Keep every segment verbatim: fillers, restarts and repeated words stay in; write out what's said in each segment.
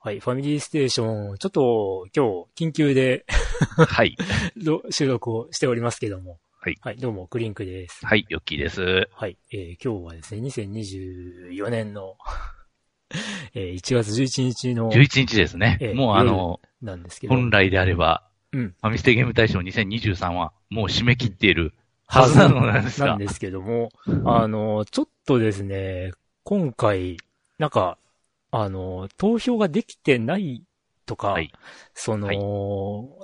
はい、ファミリーステーション、ちょっと今日緊急ではい。 収録をしておりますけども。 はい。 はい、どうも、クリンクです。 はい、ヨッキーです。 はい、えー、今日はですね、にせんにじゅうよねんのえー、いちがつじゅういちにちのじゅういちにちですね。 えー、 もうあの、 なんですけど。 本来であれば、 うん。 ファミステゲーム大賞にせんにじゅうさんはもう締め切っているはずなのなんですが。 なんですけども、あの、ちょっとですね、今回、なんか、あの、投票ができてないとか、はい、その、はい、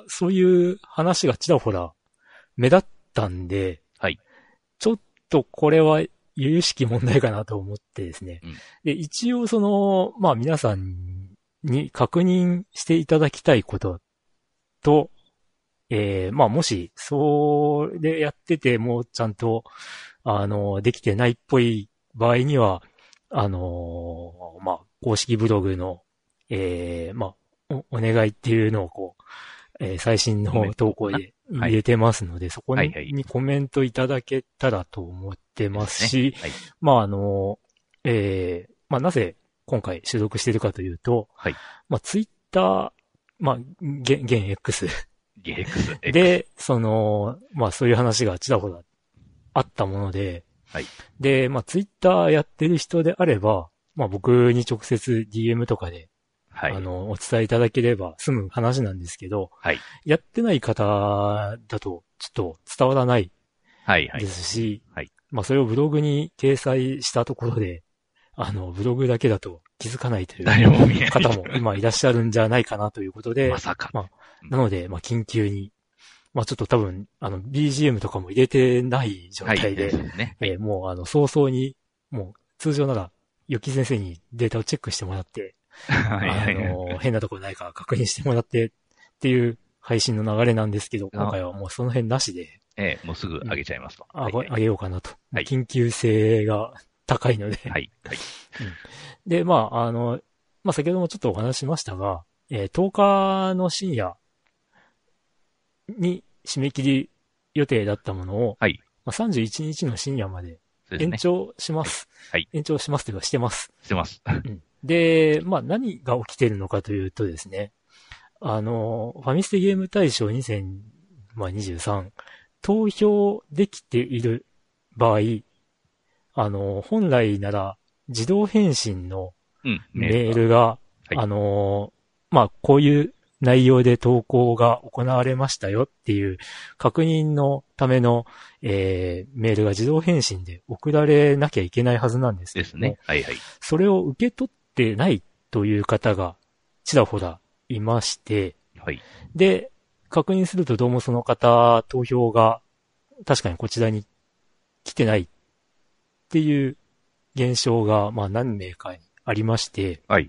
そういう話がちらほら目立ったんで、 はい、 ちょっとこれは由々しき問題かなと思ってですね。うん、で、一応その、まあ皆さんに確認していただきたいことと、えー、まあもし、それやっててもちゃんと、あの、できてないっぽい場合には、あのー、まあ、公式ブログの、えー、まあお、お願いっていうのをこう、えー、最新の投稿で入れてますので、はい、そこに、はいはい、にコメントいただけたらと思ってますし、すねはい、まあ、あの、えー、まあ、なぜ今回収録しているかというと、はい、まあ、ツイッター、まあ、現、現 X で、その、まあ、そういう話がちらほらあったもので、はい、で、まあ、ツイッターやってる人であれば、まあ、僕に直接 ディーエム とかで、はい、あの、お伝えいただければ済む話なんですけど、はい、やってない方だとちょっと伝わらないですし、はいはい、まあそれをブログに掲載したところで、あの、ブログだけだと気づかないという方も今いらっしゃるんじゃないかなということで、 まさか。 まあ、なので、まあ緊急に、まあちょっと多分、あの、ビージーエム とかも入れてない状態で、はいねはい、えー、もうあの、早々に、もう通常なら、ヨッキー先生にデータをチェックしてもらって、あの、変なところないか確認してもらってっていう配信の流れなんですけど、今回はもうその辺なしで。 ええ、もうすぐ上げちゃいますと。 あ、あげようかなと。はい、緊急性が高いので。 はい。はい、うん。 で、まあ、あの、まあ、先ほどもちょっとお話ししましたが、えー、とおかの深夜に締め切り予定だったものを、はい。まあ、さんじゅういちにちの深夜まで延長します。はい。延長しますというかしてます。 してます。 うんで、まあ何が起きてるのかというとですね、あの、ファミステゲーム大賞にせんにじゅうさん、投票できている場合、あの、本来なら自動返信のメールが、うん、はい、あの、まあこういう内容で投稿が行われましたよっていう確認のための、えー、メールが自動返信で送られなきゃいけないはずなんですけども。ですね。はいはい。それを受け取ってないという方がちらほらいまして。はい。で、確認するとどうもその方、投票が確かにこちらに来てないっていう現象が、まあ何名かにありまして。はい。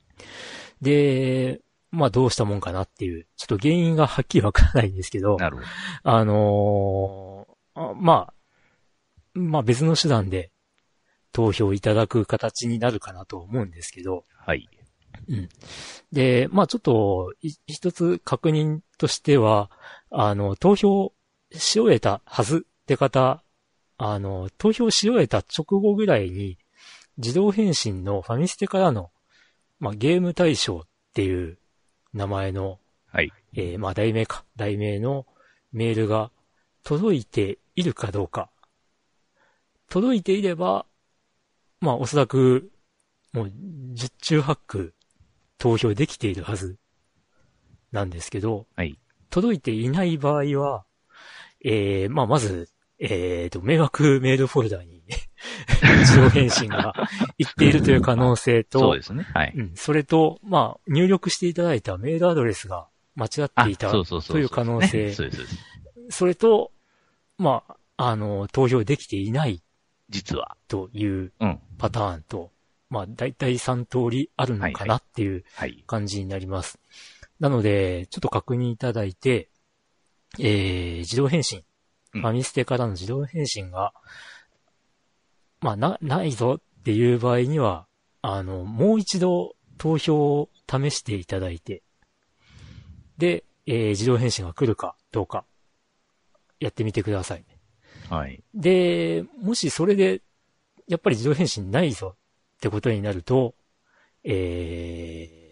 で、まあどうしたもんかなっていう、ちょっと原因がはっきりわからないんですけど、なるほど。あのー、まあ、まあ別の手段で投票いただく形になるかなと思うんですけど、はい。うん。で、まあちょっと、一つ確認としては、あの、投票し終えたはずって方、あの、投票し終えた直後ぐらいに、自動返信のファミステからの、まあゲーム対象っていう名前の、はい。えー、まあ、題名か。題名のメールが届いているかどうか。届いていれば、まあ、おそらく、もう、十中八九投票できているはずなんですけど、はい。届いていない場合は、えー、まあ、まず、えーと、迷惑メールフォルダに自動返信が行っているという可能性と、そうですね。はい。うん。それと、まあ、入力していただいたメールアドレスが間違っていたという可能性。そうです。それと、まあ、あの、投票できていない。実は。というパターンと、うん、まあ、だいたいさん通りあるのかなっていう感じになります。はいはい、なので、ちょっと確認いただいて、えー、自動返信。ファミステからの自動返信が、まあ、な、ないぞっていう場合には、あの、もう一度投票を試していただいて、で、えー、自動返信が来るかどうか、やってみてください。はい。で、もしそれで、やっぱり自動返信ないぞってことになると、えー、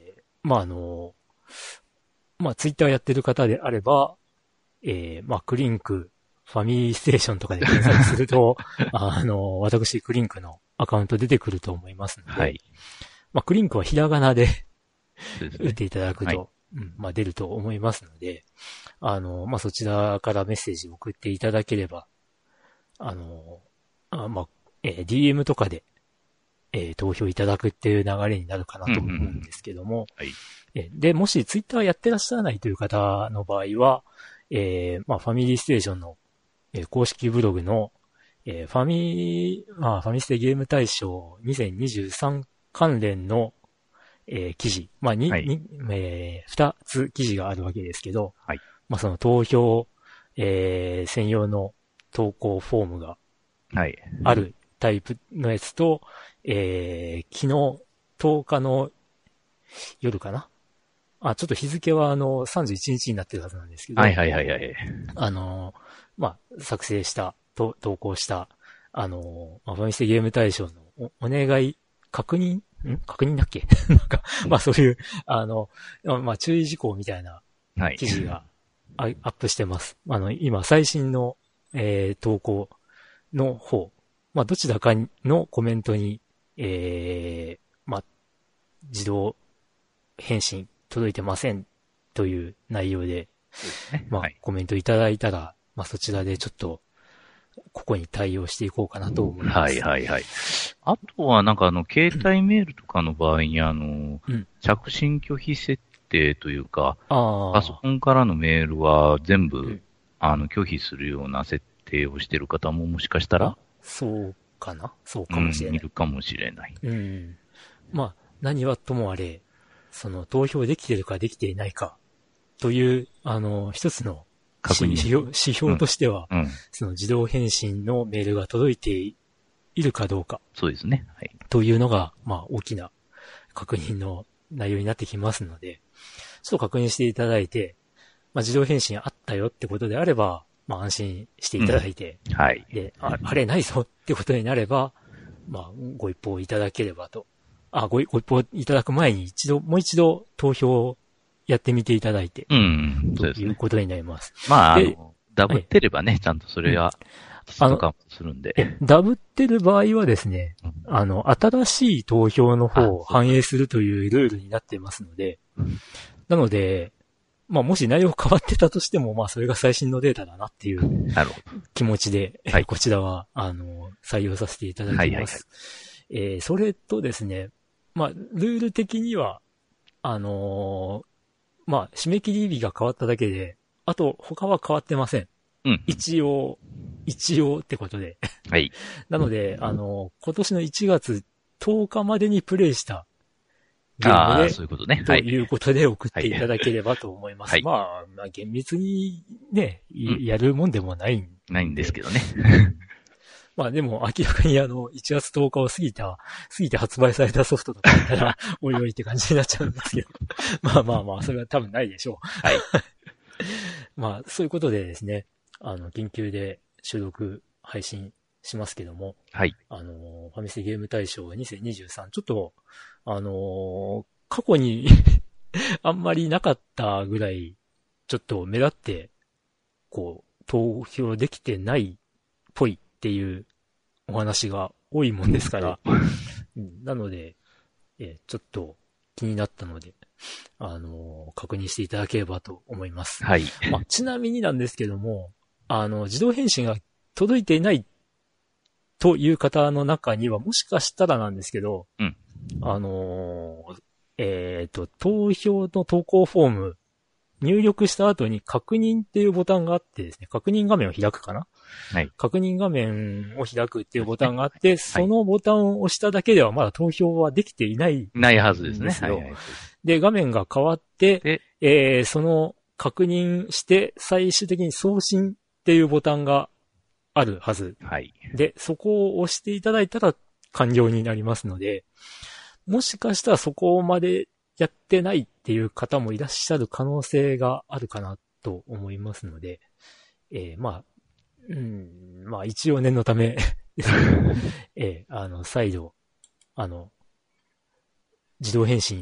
まあ、あの、まあ、ツイッターやってる方であれば、えー、まあ、クリンク、ファミリーステーションとかで検索すると、あの、私、クリンクのアカウント出てくると思いますので、はい。まあ、クリンクはひらがなで打っていただくと、はい、うん、まあ、出ると思いますので、あの、まあ、そちらからメッセージを送っていただければ、あの、あまあ、えー、ディーエム とかで、えー、投票いただくっていう流れになるかなと思うんですけども、うんうんはい、えで、もしツイッターやってらっしゃらないという方の場合は、えー、まあ、ファミリーステーションの、えー、公式ブログの、えー、ファミ、まあ、ファミステゲーム大賞にせんにじゅうさん関連の、えー、記事、まあ、に、はい、に、えー、二つ記事があるわけですけど、はい、まあ、その投票、えー、専用の投稿フォームが、あるタイプのやつと、えー、昨日とおかの夜かなあ、ちょっと日付はあの、さんじゅういちにちになってるはずなんですけど。 はいはいはいはい。 あの、まあ、作成した、と投稿した、あの、まあ、ファミステゲーム大賞のお、お願い、確認、ん確認だっけなんか、まあそういう、あの、まあ注意事項みたいな記事が、はい、アップしてます。あの、今最新の、えー、投稿の方、まあどちらかのコメントに、えー、まあ、自動返信届いてませんという内容で、ね、まあ、はい、コメントいただいたら、まあそちらでちょっと、ここに対応していこうかなと思います。 はいはいはい。あとはなんかあの、携帯メールとかの場合にあの、うん、着信拒否設定というか、あパソコンからのメールは全部、うん、あの、拒否するような設定をしている方ももしかしたらそうかなそうかもしれない。 うん、いるかもしれない。 うん。まあ、何はともあれ、その投票できてるかできていないかという、あの、一つの確認指標、指標としては、うんうん、その自動返信のメールが届いているかどうか。 そうですね。はい。 というのが、まあ、大きな確認の内容になってきますので、ちょっと確認していただいて、まあ、自動返信あったよってことであれば、まあ、安心していただいて、 うん、はい。 で、あ、あれないぞってことになれば、まあ、ご一報いただければと。あ、ご、ご一報いただく前に一度、もう一度投票をやってみていただいて、 うん、 ということになります。 まあ、あの、ダブってればね、はい、ちゃんとそれは、あの、するんで。 ダブってる場合はですね、うん、あの、新しい投票の方を反映するというルールになっていますので、なので、まあ、もし内容変わってたとしても、まあ、それが最新のデータだなっていう気持ちで、はい、こちらは、あの、採用させていただいています。はいはいはい、えー、それとですね、まあ、ルール的には、あのー、まあ、締め切り日が変わっただけで、あと、他は変わってません。 うん。 一応、一応ってことで。 はい。 なので、あの、今年のいちがつとおかまでにプレイしたゲームで、 あそういうことね。 ということで送っていただければと思います。はい、まあ、まあ、厳密にね、うん、やるもんでもないんないんですけどね。 まあでも明らかにあの、いちがつとおかを過ぎた、過ぎて発売されたソフトとかだったら、おいおいって感じになっちゃうんですけど。まあまあまあ、それは多分ないでしょう。 はい。 まあ、そういうことでですね、あの、緊急で収録、配信しますけども、 はい。 あの、ファミステゲーム大賞にせんにじゅうさん、ちょっと、あの、過去にあんまりなかったぐらい、ちょっと目立って、こう、投票できてないっぽいっていうお話が多いもんですから、うん、なので、え、ちょっと気になったので、あの、確認していただければと思います。 はい。 まあ、ちなみになんですけども、あの、自動返信が届いていないという方の中には、もしかしたらなんですけど、 うん、 あの、えっと、投票の投稿フォーム、入力した後に確認っていうボタンがあってですね、確認画面を開くかな？ はい。 確認画面を開くっていうボタンがあって、はい、そのボタンを押しただけではまだ投票はできていないんですよ。 ないはずですね。はいはい、 で、画面が変わって、えー、その確認して最終的に送信っていうボタンがあるはず。 はい。 で、そこを押していただいたら完了になりますので、もしかしたらそこまでやってないっていう方もいらっしゃる可能性があるかなと思いますので、えー、まあ、うん、まあ一応念のためですけど、えー、あの、再度、あの、自動返信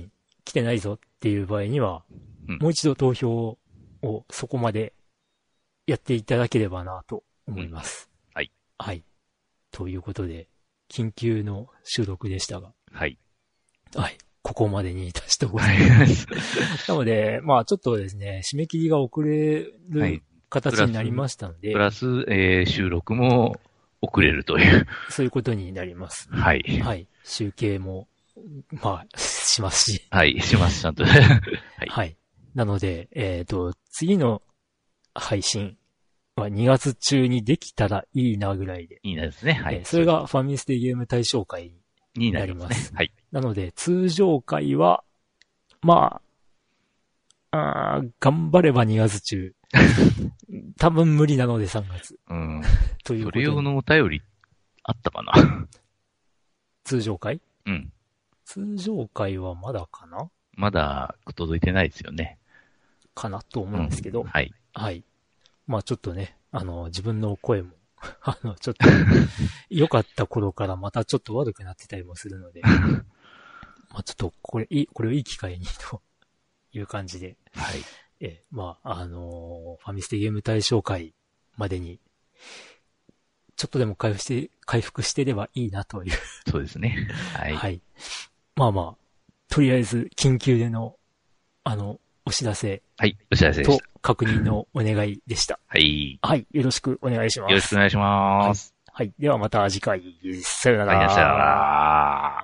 来てないぞっていう場合には、うん、もう一度投票をそこまでやっていただければなと思います。 うん、はい。 はい。ということで、緊急の収録でしたが。 はい。 はい。ここまでにいたしてございます。なので、まあちょっとですね、締め切りが遅れる形になりましたので。 プラス、プラスえー、収録も遅れるという。 そういうことになります。 はい。 はい。集計も、まあ、しますし。 はい、します、ちゃんと。はい。 はい。なので、えっと、次の配信はにがつ中にできたらいいなぐらいで。 いいですね。はい。 それがファミステゲーム大賞会になります。になります。 はい。 なので、通常回は、まあ、あ頑張ればにがつ中。多分無理なのでさんがつ。 うん。 ということそれ用のお便りあったかな通常回うん。 通常回はまだかなまだ届いてないですよね。 かなと思うんですけど。 うん、はい。 はい。まあちょっとね、あの、自分の声も、あの、ちょっと、良かった頃からまたちょっと悪くなってたりもするので、まあちょっとこれ、いい、これをいい機会にという感じで、 はい。 え、まあ、あのー、ファミステゲーム大賞会までに、ちょっとでも回復して、回復してればいいなという。 そうですね。はい。 はい。まあまあ、とりあえず、緊急での、あの、お知らせ。 はい、お知らせでした。 と、確認のお願いでした。 はい。 はい、よろしくお願いします。 よろしくお願いします。 はい。はい、ではまた次回、さよなら。 はい、さよなら。